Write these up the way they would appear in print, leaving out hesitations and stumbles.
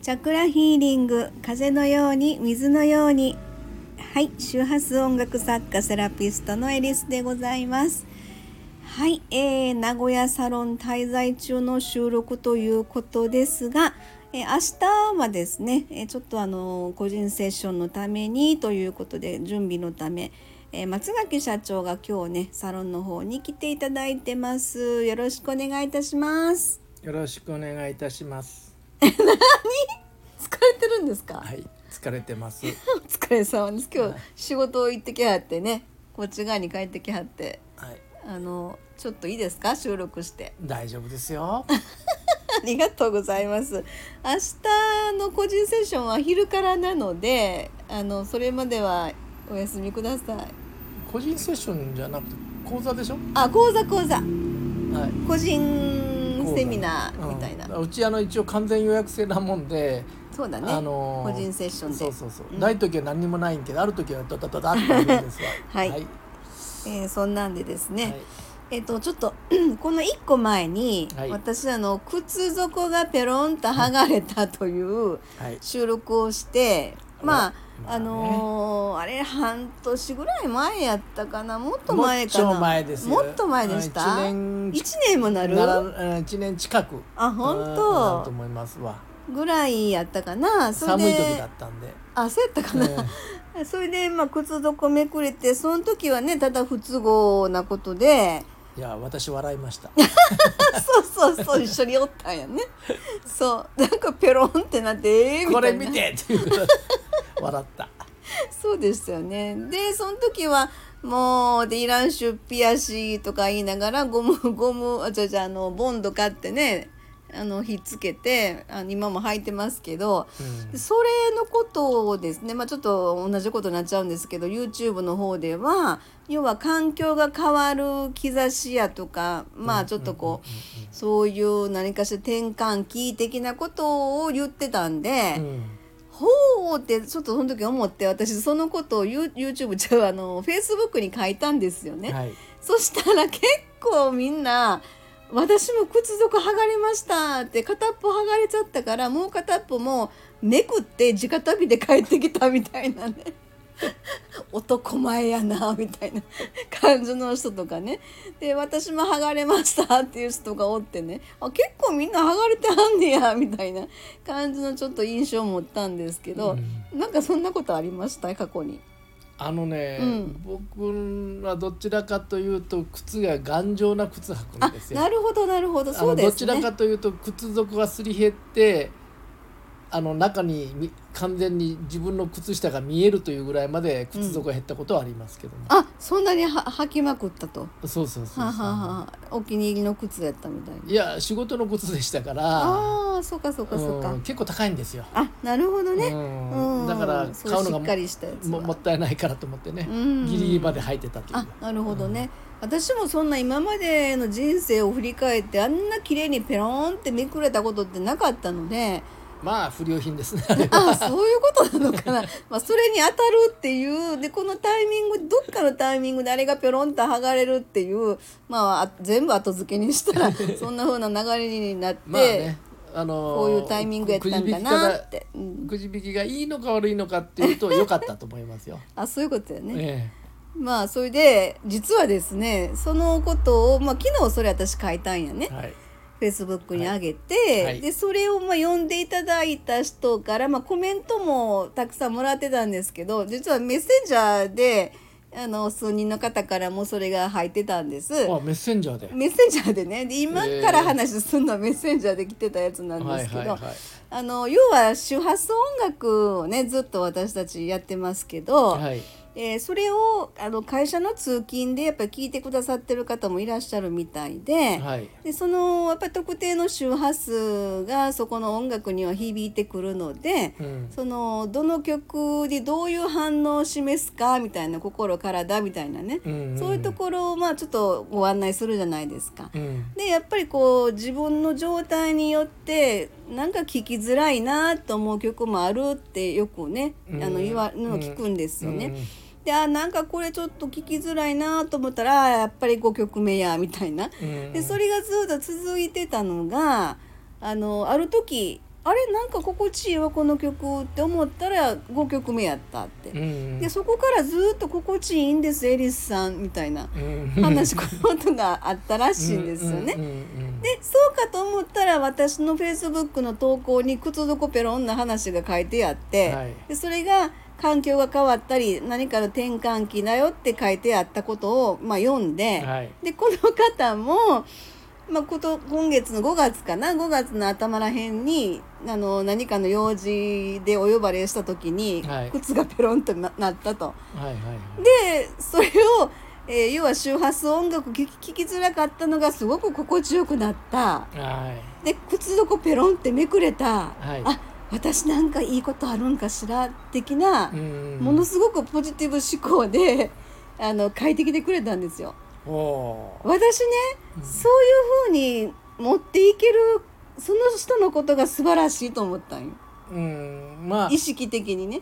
チャクラヒーリング、風のように水のように。はい、周波数音楽作家セラピストのエリスでございます。はい、名古屋サロン滞在中の収録ということですが、明日はですね、ちょっと個人セッションのためにということで準備のため、松垣社長が今日ねサロンの方に来ていただいてます。よろしくお願いいたします。 よろしくお願いいたします。 何？疲れてるんですか？ はい、疲れてます。 お疲れ様です。今日、 はい、 仕事行ってきはってね、こっち側に帰ってきはって、 はい、 ちょっといいですか？収録して。 大丈夫ですよ。 ありがとうございます。明日の個人セッションは昼からなので、それまではお休みください。 個人セッションじゃなくて講座でしょ？ 講座、 はい、 個人セミナーみたいな。 うち一応完全予約制なもんで、 そうだね、個人セッションでそう、ない時は何にもないんけど、ある時はドタドタってあるんですわ。 はい、そんなんでですね、 はい、 ちょっとこの1個前に、 はい、 私靴底がペロンと剥がれたという収録をして、あれ半年ぐらい前やったかな、もっと前かな。 もっと前ですよ。 もっと前でした。1年もなる ？1年近く。 本当？ なると思いますわ。 ぐらいやったかな。それで寒い時だったんで。そうやったかな。それで靴底めくれて、その時はねただ不都合なことで。 いや、私笑いました。 そう一緒におったんやね。そうなんかペロンってなってみたいな。 これ見てっていう笑った。 そうですよね。でその時はもうでいらん出費やしとか言いながらボンド買ってねひっつけて今も履いてますけど、それのことをですね、ちょっと同じことになっちゃうんですけど YouTube の方では要は環境が変わる兆しやとかちょっとそういう何かしら転換期的なことを言ってたんで、ほうってちょっとその時思って、私そのことを YouTube ちゃうFacebook に書いたんですよね。 はい、 そしたら結構みんな私も靴底剥がれましたって、片っぽ剥がれちゃったからもう片っぽもめくって直旅で帰ってきたみたいなね男前やなみたいな感じの人とかね。で私も剥がれましたっていう人がおってね、結構みんな剥がれてはんねやみたいな感じのちょっと印象を持ったんですけど、なんかそんなことありました過去に？ 僕はどちらかというと靴が頑丈な靴履くんですよ。 なるほど、そうですね。 どちらかというと靴底がすり減って中に完全に自分の靴下が見えるというぐらいまで靴底が減ったことはありますけども、 そんなに履きまくったと。 そうお気に入りの靴やったみたいな。 いや、仕事の靴でしたから。 そうか、 結構高いんですよ。 なるほどね。 だから買うのがしっかりしたやつもったいないからと思ってね、ギリギリまで履いてたという。 なるほどね。私もそんな今までの人生を振り返ってあんな綺麗にペロンってめくれたことってなかったので、 不良品ですね。 そういうことなのかな。それに当たるっていうで、このタイミングどっかのタイミングであれがペロンと剥がれるっていう、全部後付けにしたらそんな風な流れになって、こういうタイミングやったんだなって。 くじ引きがいいのか悪いのかっていうと良かったと思いますよ。 そういうことよね。それで実はですね、そのことを昨日それ私書いたんやね。Facebook に上げて、でそれを読んでいただいた人からコメントもたくさんもらってたんですけど、実はメッセンジャーで数人の方からもそれが入ってたんです。メッセンジャーでね。で今から話すんのはメッセンジャーで来てたやつなんですけど、要は周波数音楽をねずっと私たちやってますけど、それを会社の通勤でやっぱり聞いてくださってる方もいらっしゃるみたいで、でそのやっぱり特定の周波数がそこの音楽には響いてくるので、そのどの曲でどういう反応を示すかみたいな、心体みたいなね、そういうところをちょっとご案内するじゃないですか。でやっぱり自分の状態によってなんか聴きづらいなと思う曲もあるってよくね言われるのを聞くんですよね。でなんかこれちょっと聞きづらいなと思ったらやっぱり5曲目やみたいな。でそれがずっと続いてたのがある時あれなんか心地いいわこの曲って思ったら5曲目やったって、でそこからずっと心地いいんですエリスさんみたいな話ことがあったらしいんですよね。でそうかと思ったら私のフェイスブックの投稿に靴底ペロンな話が書いてあって、でそれが環境が変わったり何かの転換期だよって書いてあったことを、読んで、でこの方も今月の5月かな5月の頭らへんに何かの用事でお呼ばれした時に、靴がペロンと なったと、でそれを、要は周波数音楽聴きづらかったのがすごく心地よくなった、で靴底ペロンってめくれた、あ私なんかいいことあるんかしら的なものすごくポジティブ思考で書いてきてくれたんですよ。私ね、そういう風に持っていけるその人のことが素晴らしいと思ったんよ。意識的にね。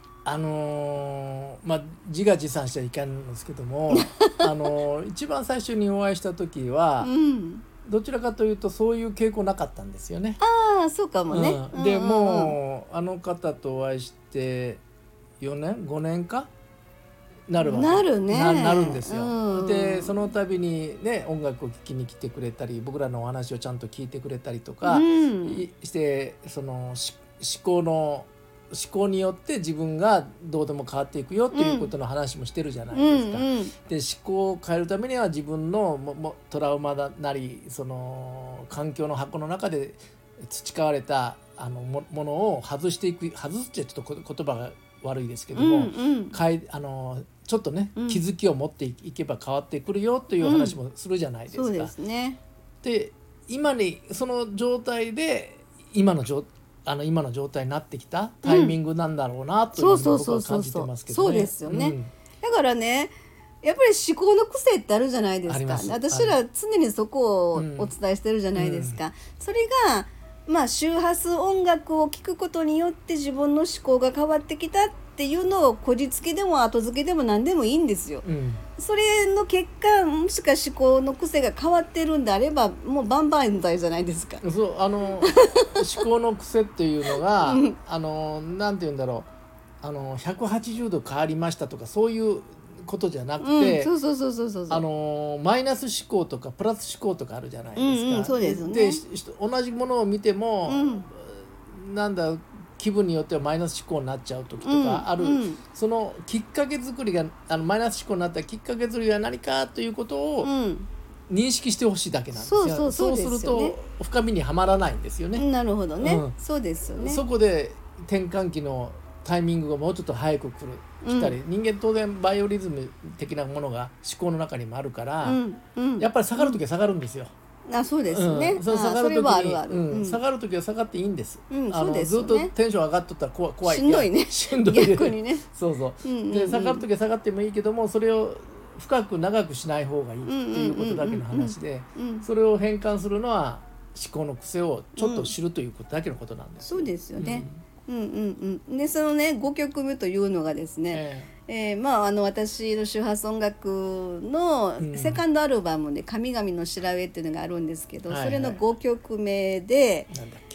自画自賛しちゃいけないんですけども一番最初にお会いした時は、どちらかというとそういう傾向なかったんですよね。 ああそうかもね。 でもうあの方とお会いして4年5年かなるわけ。なるんですよ。でその度にね音楽を聴きに来てくれたり僕らのお話をちゃんと聞いてくれたりとか、してその思考によって自分がどうでも変わっていくよっていうことの話もしてるじゃないですか。で思考を変えるためには自分のトラウマなりその環境の箱の中で培われたものを外すってちょっと言葉が悪いですけども、ちょっとね、気づきを持っていけば変わってくるよという話もするじゃないですか。 そうですね。 で今にその状態で今の状態になってきたタイミングなんだろうなというのを僕は感じてますけどね。 そうですよね。だからねやっぱり思考の癖ってあるじゃないですか。私ら常にそこをお伝えしてるじゃないですか。それが周波数音楽を聴くことによって自分の思考が変わってきたっていうのをこじつけでも後付けでも何でもいいんですよ。それの結果もしくは思考の癖が変わってるんであればもうバンバン剤じゃないですか。 そう思考の癖っていうのがなんて言うんだろう180度変わりましたとかそういうことじゃなくてマイナス思考とかプラス思考とかあるじゃないですか。 そうですね。 で同じものを見ても、なんだ気分によってはマイナス思考になっちゃう時とかある、そのきっかけ作りがマイナス思考になったきっかけ作りが何かということを認識してほしいだけなんですよ。そうすると深みにはまらないんですよね。 なるほどね。そうですよね。 そこで転換期のタイミングがもうちょっと早く来たり、人間当然バイオリズム的なものが思考の中にもあるから、やっぱり下がる時は下がるんですよ。 そうですね。 下がる時に下がる時は下がっていいんです。ずっとテンション上がっとったら怖い。 しんどいね。 しんどい逆にね。そうで下がる時は下がってもいいけどもそれを深く長くしない方がいいっていうことだけの話で、それを変換するのは思考の癖をちょっと知るということだけのことなんです。 そうですよね。でそのね5曲目というのがですね、私の周波数音楽のセカンドアルバムで「神々の調べ」っていうのがあるんですけど、それの5曲目で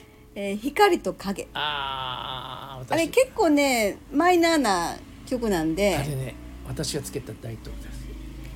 「光と影」あれ結構ねマイナーな曲なんで、 あれね私がつけたタイトルです。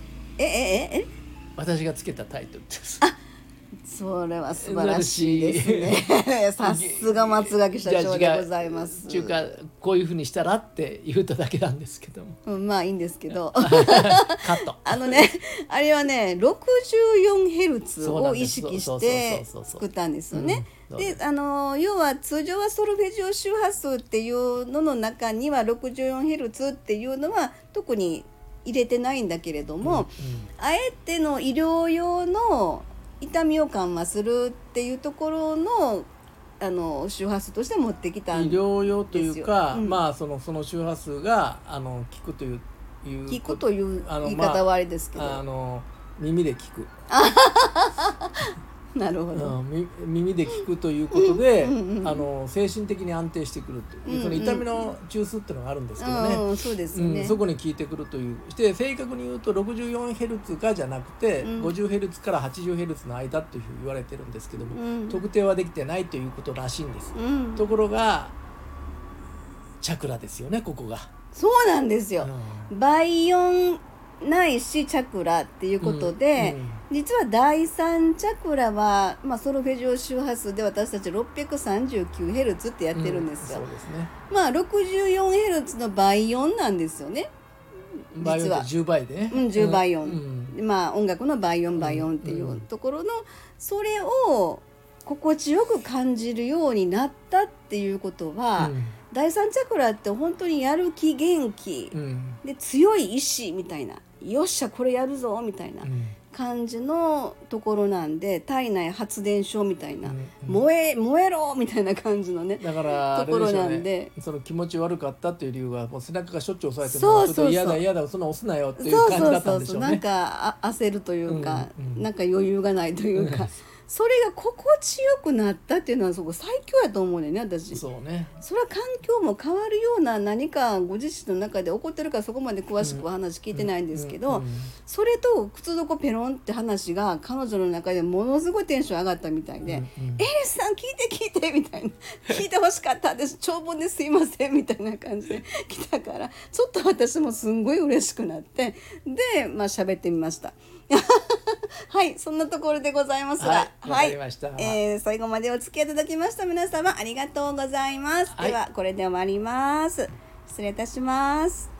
私がつけたタイトルです。 それは素晴らしいですね。さすが松垣社長でございます。 っていうかこういうふうにしたらって言っただけなんですけども、 いいんですけどカットあれはね 64Hz を意識して作ったんですよね。で要は通常はソルフェジオ周波数っていうのの中には 64Hz っていうのは特に入れてないんだけれども、あえての医療用の痛みを緩和するっていうところの周波数として持ってきたんですよ。 医療用というか、その周波数が効くという聞くという言い方はあれですけど、 耳で聞くなるほど、 耳で聞くということで、精神的に安定してくるという、その痛みの中枢っていうのがあるんですけどね、 そうですね、 そこに効いてくるというして正確に言うと 64Hz かじゃなくて、50Hz から 80Hz の間というふうに言われてるんですけども、特定はできてないということらしいんです、ところがチャクラですよね、ここが。 そうなんですよ、倍音ないしチャクラっていうことで、実は第3チャクラは、ソルフェジオ周波数で私たち 639Hz ってやってるんですよ、そうですね、64Hz の倍音なんですよね、 実は10倍でね、 10倍音、音楽の倍音っていうところの、それを心地よく感じるようになったっていうことは、第3チャクラって本当にやる気元気、で強い意志みたいな、よっしゃこれやるぞみたいな感じのところなんで、体内発電所みたいな、燃えろみたいな感じのね、 だからところなんで、 その気持ち悪かったっていう理由はもう背中がしょっちゅう押されてもちょっと嫌だそんな押すなよっていう感じだったんでしょうね。 なんか焦るというか、なんか余裕がないというかそれが心地よくなったっていうのはそこ最強やと思うねんね、私。 そうね。 それは環境も変わるような何かご自身の中で起こってるからそこまで詳しくお話聞いてないんですけど、それと靴底ペロンって話が彼女の中でものすごいテンション上がったみたいで、エリスさん聞いてみたいな、聞いてほしかった私長文ですいませんみたいな感じで来たから、ちょっと私もすんごい嬉しくなって、で喋ってみましたはい、そんなところでございますが、 はい、 最後までお付き合いいただきました皆様ありがとうございます。ではこれで終わります。失礼いたします。